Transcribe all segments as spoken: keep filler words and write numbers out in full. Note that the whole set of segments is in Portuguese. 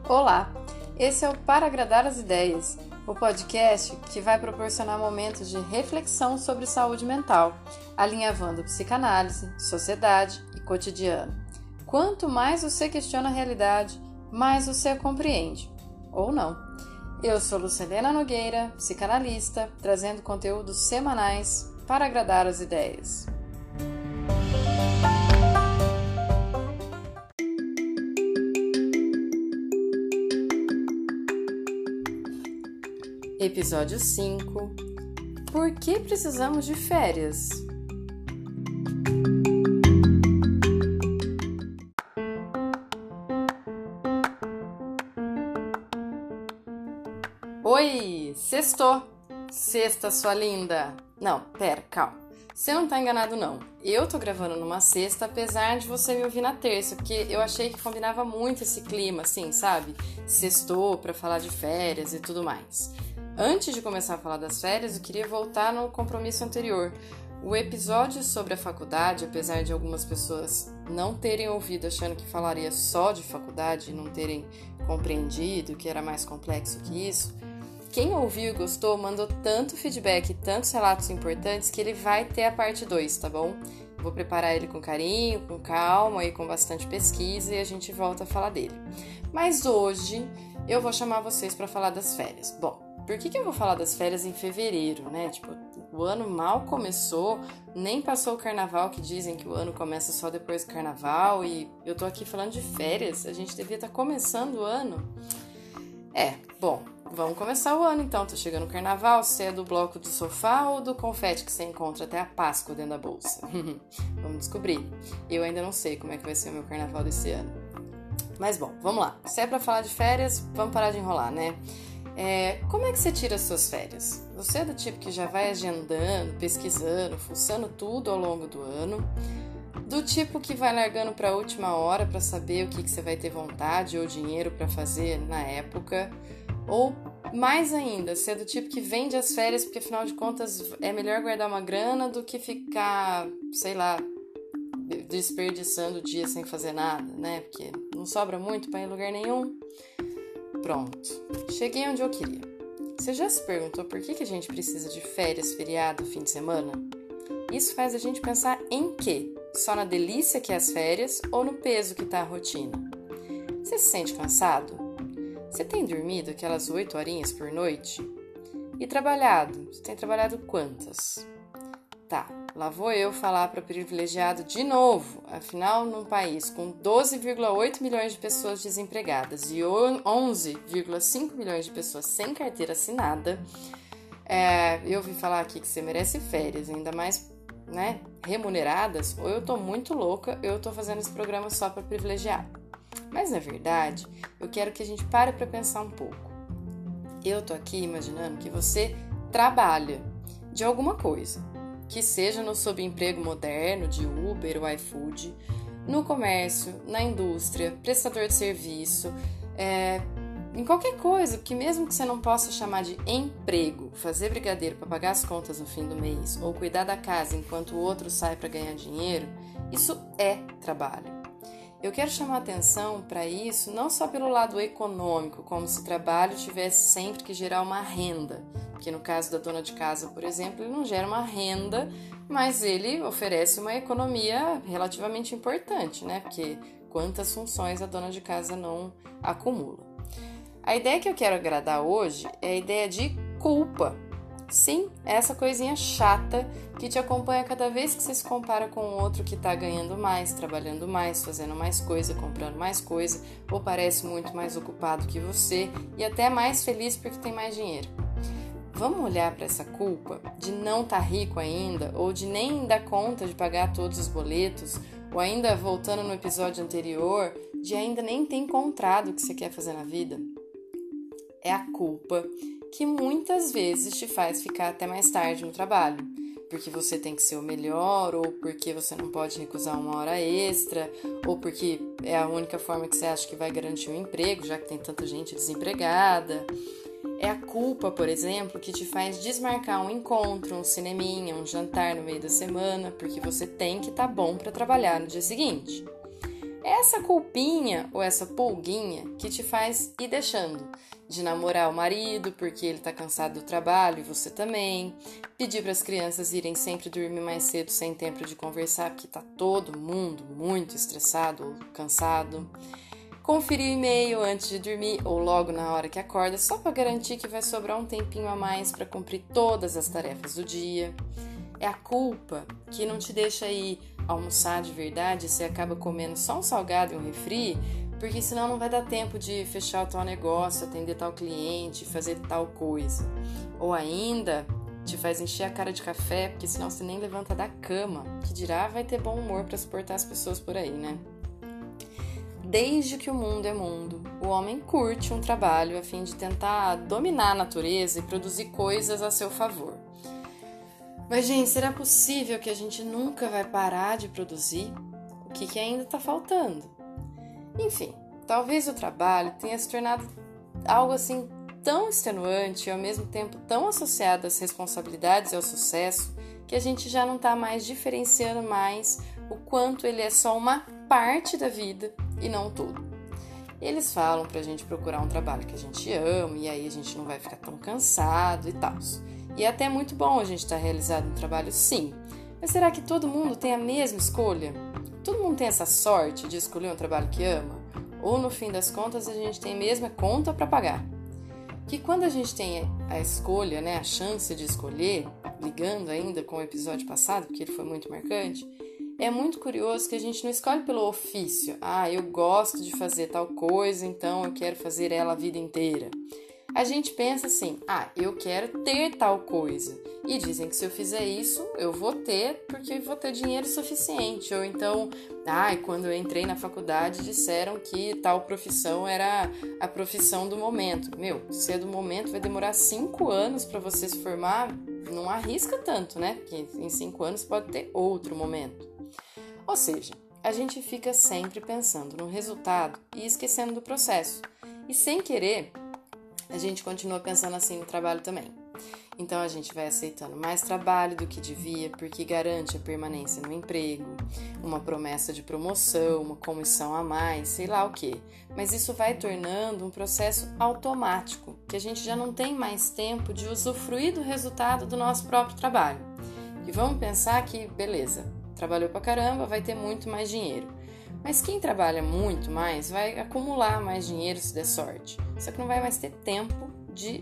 Olá, esse é o Para Agradar as Ideias, o podcast que vai proporcionar momentos de reflexão sobre saúde mental, alinhavando psicanálise, sociedade e cotidiano. Quanto mais você questiona a realidade, mais você a compreende, ou não. Eu sou Lucilena Nogueira, psicanalista, trazendo conteúdos semanais para agradar as ideias. Episódio cinco. Por que precisamos de férias? Oi, sextou! Sexta, sua linda! Não, pera, calma. Você não tá enganado, não. Eu tô gravando numa sexta, apesar de você me ouvir na terça, porque eu achei que combinava muito esse clima, assim, sabe? Sextou pra falar de férias e tudo mais. Antes de começar a falar das férias, eu queria voltar no compromisso anterior. O episódio sobre a faculdade, apesar de algumas pessoas não terem ouvido achando que falaria só de faculdade e não terem compreendido que era mais complexo que isso, quem ouviu e gostou mandou tanto feedback e tantos relatos importantes que ele vai ter a parte dois, tá bom? Vou preparar ele com carinho, com calma e com bastante pesquisa e a gente volta a falar dele. Mas hoje eu vou chamar vocês para falar das férias. Bom, por que que eu vou falar das férias em fevereiro, né? Tipo, o ano mal começou, nem passou o carnaval, que dizem que o ano começa só depois do carnaval, e eu tô aqui falando de férias, a gente devia estar começando o ano. É, bom, vamos começar o ano então, tô chegando o carnaval, você é do bloco do sofá ou do confete que você encontra até a Páscoa dentro da bolsa? Vamos descobrir. Eu ainda não sei como é que vai ser o meu carnaval desse ano. Mas bom, vamos lá. Se é pra falar de férias, vamos parar de enrolar, né? É, como é que você tira as suas férias? Você é do tipo que já vai agendando, pesquisando, fuçando tudo ao longo do ano? Do tipo que vai largando para a última hora para saber o que, que você vai ter vontade ou dinheiro para fazer na época? Ou mais ainda, você é do tipo que vende as férias porque afinal de contas é melhor guardar uma grana do que ficar, sei lá, desperdiçando o dia sem fazer nada, né? Porque não sobra muito para ir em lugar nenhum. Pronto, cheguei onde eu queria. Você já se perguntou por que, que a gente precisa de férias, feriado, fim de semana? Isso faz a gente pensar em quê? Só na delícia que é as férias ou no peso que tá a rotina? Você se sente cansado? Você tem dormido aquelas oito horinhas por noite? E trabalhado? Você tem trabalhado quantas? Tá, lá vou eu falar para o privilegiado de novo. Afinal, num país com doze vírgula oito milhões de pessoas desempregadas e onze vírgula cinco milhões de pessoas sem carteira assinada, é, eu ouvi falar aqui que você merece férias, ainda mais, né, remuneradas, ou eu tô muito louca, ou eu tô fazendo esse programa só para privilegiado. Mas, na verdade, eu quero que a gente pare para pensar um pouco. Eu tô aqui imaginando que você trabalha de alguma coisa, que seja no subemprego moderno de Uber ou iFood, no comércio, na indústria, prestador de serviço, é, em qualquer coisa, porque mesmo que você não possa chamar de emprego, fazer brigadeiro para pagar as contas no fim do mês ou cuidar da casa enquanto o outro sai para ganhar dinheiro, isso é trabalho. Eu quero chamar atenção para isso não só pelo lado econômico, como se trabalho tivesse sempre que gerar uma renda, porque no caso da dona de casa, por exemplo, ele não gera uma renda, mas ele oferece uma economia relativamente importante, né? Porque quantas funções a dona de casa não acumula. A ideia que eu quero agradar hoje é a ideia de culpa. Sim, essa coisinha chata que te acompanha cada vez que você se compara com o outro que está ganhando mais, trabalhando mais, fazendo mais coisa, comprando mais coisa, ou parece muito mais ocupado que você e até mais feliz porque tem mais dinheiro. Vamos olhar para essa culpa de não estar rico ainda, ou de nem dar conta de pagar todos os boletos, ou ainda, voltando no episódio anterior, de ainda nem ter encontrado o que você quer fazer na vida? É a culpa que muitas vezes te faz ficar até mais tarde no trabalho, porque você tem que ser o melhor, ou porque você não pode recusar uma hora extra, ou porque é a única forma que você acha que vai garantir um emprego, já que tem tanta gente desempregada. É a culpa, por exemplo, que te faz desmarcar um encontro, um cineminha, um jantar no meio da semana, porque você tem que estar bom para trabalhar no dia seguinte. essa culpinha ou essa pulguinha que te faz ir deixando de namorar o marido porque ele tá cansado do trabalho e você também, pedir para as crianças irem sempre dormir mais cedo sem tempo de conversar porque tá todo mundo muito estressado ou cansado, conferir o e-mail antes de dormir ou logo na hora que acorda só para garantir que vai sobrar um tempinho a mais para cumprir todas as tarefas do dia. É a culpa que não te deixa ir almoçar de verdade e você acaba comendo só um salgado e um refri, porque senão não vai dar tempo de fechar o tal negócio, atender tal cliente, fazer tal coisa. Ou ainda te faz encher a cara de café, porque senão você nem levanta da cama, que dirá vai ter bom humor para suportar as pessoas por aí, né? Desde que o mundo é mundo, o homem curte um trabalho a fim de tentar dominar a natureza e produzir coisas a seu favor. Mas, gente, será possível que a gente nunca vai parar de produzir? O que, que ainda está faltando? Enfim, talvez o trabalho tenha se tornado algo assim tão extenuante e ao mesmo tempo tão associado às responsabilidades e ao sucesso que a gente já não está mais diferenciando mais o quanto ele é só uma parte da vida e não tudo. Eles falam pra gente procurar um trabalho que a gente ama e aí a gente não vai ficar tão cansado e tal. E é até muito bom a gente estar realizado no trabalho, sim. Mas será que todo mundo tem a mesma escolha? Todo mundo tem essa sorte de escolher um trabalho que ama? Ou no fim das contas a gente tem a mesma conta para pagar? Que quando a gente tem a escolha, né, a chance de escolher, ligando ainda com o episódio passado, porque ele foi muito marcante, é muito curioso que a gente não escolhe pelo ofício. Ah, eu gosto de fazer tal coisa, então eu quero fazer ela a vida inteira. A gente pensa assim, ah, eu quero ter tal coisa. E dizem que se eu fizer isso, eu vou ter, porque eu vou ter dinheiro suficiente. Ou então, ah, quando eu entrei na faculdade, disseram que tal profissão era a profissão do momento. Meu, se é do momento, vai demorar cinco anos para você se formar, não arrisca tanto, né? Porque em cinco anos pode ter outro momento. Ou seja, a gente fica sempre pensando no resultado e esquecendo do processo. E sem querer, a gente continua pensando assim no trabalho também. Então a gente vai aceitando mais trabalho do que devia, porque garante a permanência no emprego, uma promessa de promoção, uma comissão a mais, sei lá o quê. Mas isso vai tornando um processo automático, que a gente já não tem mais tempo de usufruir do resultado do nosso próprio trabalho. E vamos pensar que, beleza, trabalhou pra caramba, vai ter muito mais dinheiro. Mas quem trabalha muito mais vai acumular mais dinheiro se der sorte. Só que não vai mais ter tempo de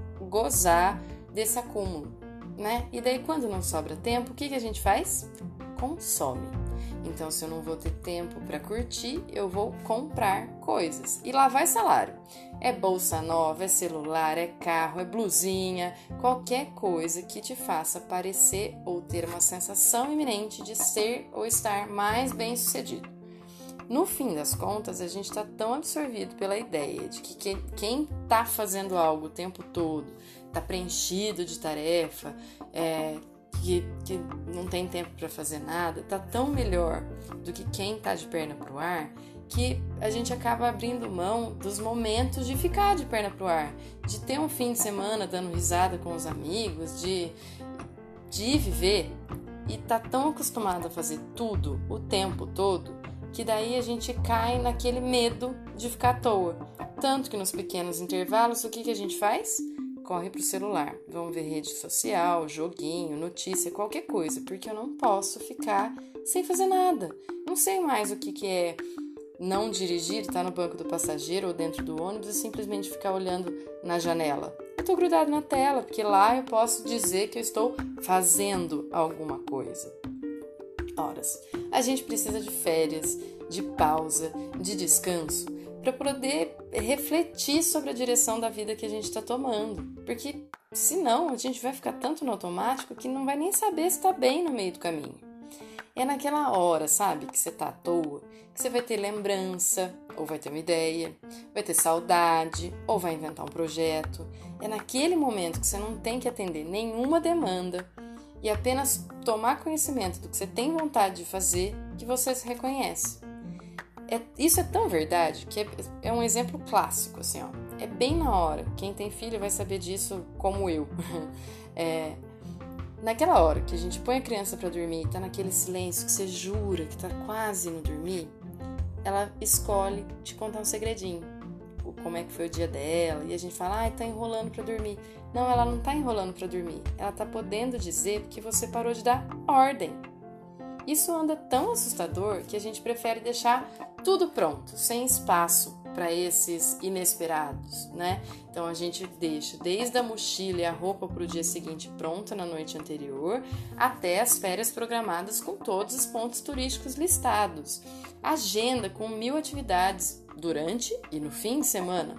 gozar desse acúmulo, né? E daí quando não sobra tempo, o que, que a gente faz? Consome. Então se eu não vou ter tempo para curtir, eu vou comprar coisas. E lá vai salário. É bolsa nova, é celular, é carro, é blusinha, qualquer coisa que te faça parecer ou ter uma sensação iminente de ser ou estar mais bem sucedido. No fim das contas, a gente está tão absorvido pela ideia de que quem está fazendo algo o tempo todo, está preenchido de tarefa, é, que, que não tem tempo para fazer nada, está tão melhor do que quem está de perna para o ar, que a gente acaba abrindo mão dos momentos de ficar de perna para o ar, de ter um fim de semana dando risada com os amigos, de, de viver, e tá tão acostumado a fazer tudo o tempo todo, que daí a gente cai naquele medo de ficar à toa. Tanto que nos pequenos intervalos, o que, que a gente faz? Corre pro celular. Vamos ver rede social, joguinho, notícia, qualquer coisa, porque eu não posso ficar sem fazer nada. Não sei mais o que, que é não dirigir, estar no banco do passageiro ou dentro do ônibus e simplesmente ficar olhando na janela. Eu tô grudado na tela, porque lá eu posso dizer que eu estou fazendo alguma coisa. Horas. A gente precisa de férias, de pausa, de descanso, para poder refletir sobre a direção da vida que a gente está tomando. Porque senão a gente vai ficar tanto no automático que não vai nem saber se está bem no meio do caminho. É naquela hora, sabe, que você tá à toa, que você vai ter lembrança, ou vai ter uma ideia, vai ter saudade, ou vai inventar um projeto. É naquele momento que você não tem que atender nenhuma demanda e apenas tomar conhecimento do que você tem vontade de fazer, que você se reconhece. É, isso é tão verdade que é, é um exemplo clássico, assim, ó. É bem na hora. Quem tem filho vai saber disso como eu. É, naquela hora que a gente põe a criança para dormir, tá naquele silêncio que você jura que tá quase no dormir, ela escolhe te contar um segredinho. Como é que foi o dia dela. E a gente fala, ai, tá enrolando pra dormir. Não, ela não tá enrolando pra dormir. Ela tá podendo dizer que você parou de dar ordem. Isso anda tão assustador que a gente prefere deixar tudo pronto, sem espaço para esses inesperados, né? Então a gente deixa desde a mochila e a roupa para o dia seguinte pronta na noite anterior, até as férias programadas com todos os pontos turísticos listados. Agenda com mil atividades durante e no fim de semana.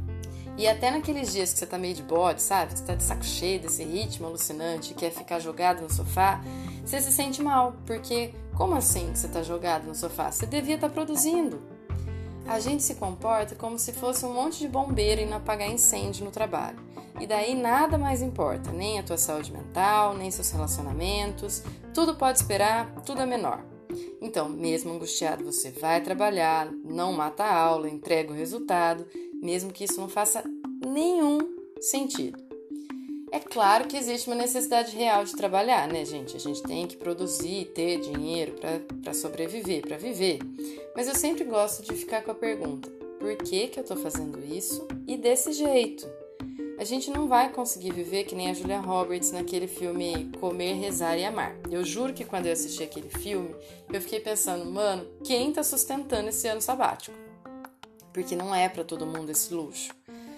E até naqueles dias que você tá meio de bode, sabe? Que você tá de saco cheio desse ritmo alucinante e quer ficar jogado no sofá, você se sente mal, porque como assim que você tá jogado no sofá? Você devia estar produzindo. A gente se comporta como se fosse um monte de bombeiro indo apagar incêndio no trabalho. E daí nada mais importa, nem a tua saúde mental, nem seus relacionamentos, tudo pode esperar, tudo é menor. Então, mesmo angustiado, você vai trabalhar, não mata a aula, entrega o resultado, mesmo que isso não faça nenhum sentido. É claro que existe uma necessidade real de trabalhar, né, gente? A gente tem que produzir, ter dinheiro para sobreviver, para viver. Mas eu sempre gosto de ficar com a pergunta, por que que eu tô fazendo isso e desse jeito? A gente não vai conseguir viver que nem a Julia Roberts naquele filme Comer, Rezar e Amar. Eu juro que quando eu assisti aquele filme, eu fiquei pensando, mano, quem tá sustentando esse ano sabático? Porque não é para todo mundo esse luxo.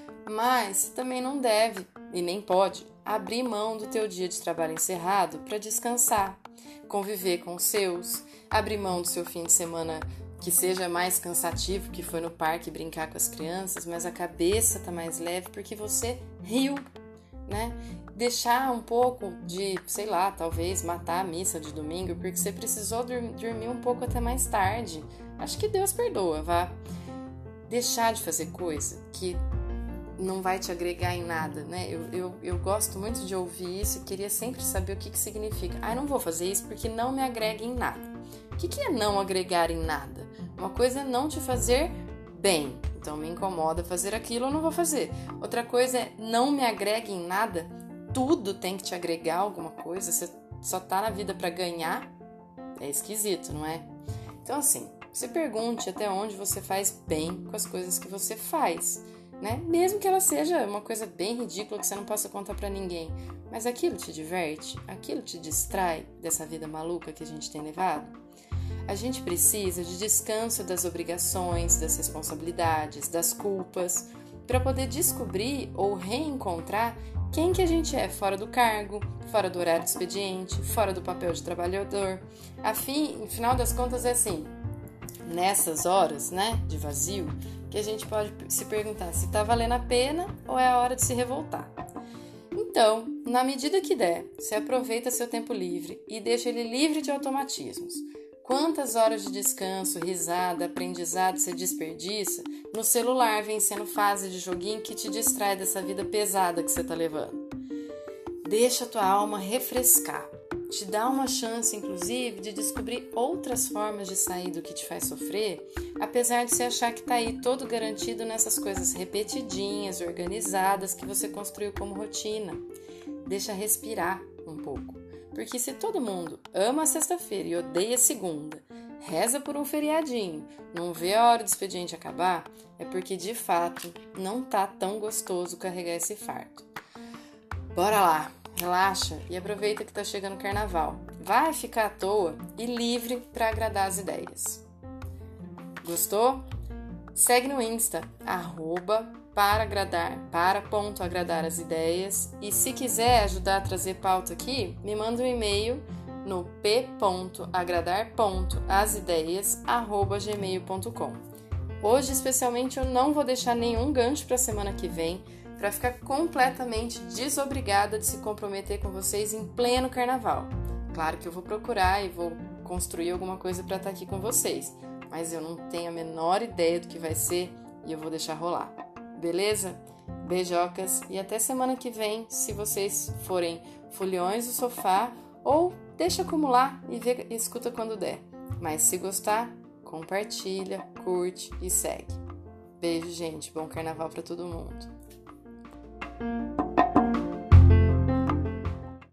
Mas também não deve, e nem pode, abrir mão do teu dia de trabalho encerrado para descansar, conviver com os seus, abrir mão do seu fim de semana que seja mais cansativo, que foi no parque brincar com as crianças, mas a cabeça tá mais leve porque você riu, né? Deixar um pouco de, sei lá, talvez matar a missa de domingo porque você precisou dormir um pouco até mais tarde. Acho que Deus perdoa, vá. Deixar de fazer coisa que não vai te agregar em nada, né? Eu, eu, eu gosto muito de ouvir isso e queria sempre saber o que, que significa. Ah, eu não vou fazer isso porque não me agrega em nada. O que, que é não agregar em nada? Uma coisa é não te fazer bem, então me incomoda fazer aquilo, eu não vou fazer. Outra coisa é não me agrega em nada, tudo tem que te agregar alguma coisa, você só tá na vida para ganhar, é esquisito, não é? Então assim, se pergunte até onde você faz bem com as coisas que você faz, né? Mesmo que ela seja uma coisa bem ridícula que você não possa contar para ninguém, mas aquilo te diverte, aquilo te distrai dessa vida maluca que a gente tem levado. A gente precisa de descanso das obrigações, das responsabilidades, das culpas, para poder descobrir ou reencontrar quem que a gente é fora do cargo, fora do horário de expediente, fora do papel de trabalhador. Afim, no final das contas é assim, nessas horas, né, de vazio, que a gente pode se perguntar se está valendo a pena ou é a hora de se revoltar. Então, na medida que der, você aproveita seu tempo livre e deixa ele livre de automatismos. Quantas horas de descanso, risada, aprendizado você desperdiça no celular vencendo fase de joguinho que te distrai dessa vida pesada que você está levando? Deixa a tua alma refrescar. Te dá uma chance, inclusive, de descobrir outras formas de sair do que te faz sofrer, apesar de você achar que está aí todo garantido nessas coisas repetidinhas, organizadas que você construiu como rotina. Deixa respirar um pouco. Porque se todo mundo ama a sexta-feira e odeia a segunda, reza por um feriadinho, não vê a hora do expediente acabar, é porque de fato não tá tão gostoso carregar esse fardo. Bora lá, relaxa e aproveita que tá chegando o carnaval. Vai ficar à toa e livre para agradar as ideias. Gostou? Segue no Insta, arroba para agradar, para ponto agradar as ideias. E se quiser ajudar a trazer pauta aqui, me manda um e-mail no p ponto agradar ponto as ideias arroba gmail ponto com. Hoje, especialmente, eu não vou deixar nenhum gancho para a semana que vem, para ficar completamente desobrigada de se comprometer com vocês em pleno carnaval. Claro que eu vou procurar e vou construir alguma coisa para estar aqui com vocês, mas eu não tenho a menor ideia do que vai ser e eu vou deixar rolar. Beleza? Beijocas e até semana que vem, se vocês forem foliões do sofá, ou deixa acumular e, vê, e escuta quando der. Mas se gostar, compartilha, curte e segue. Beijo, gente. Bom carnaval para todo mundo.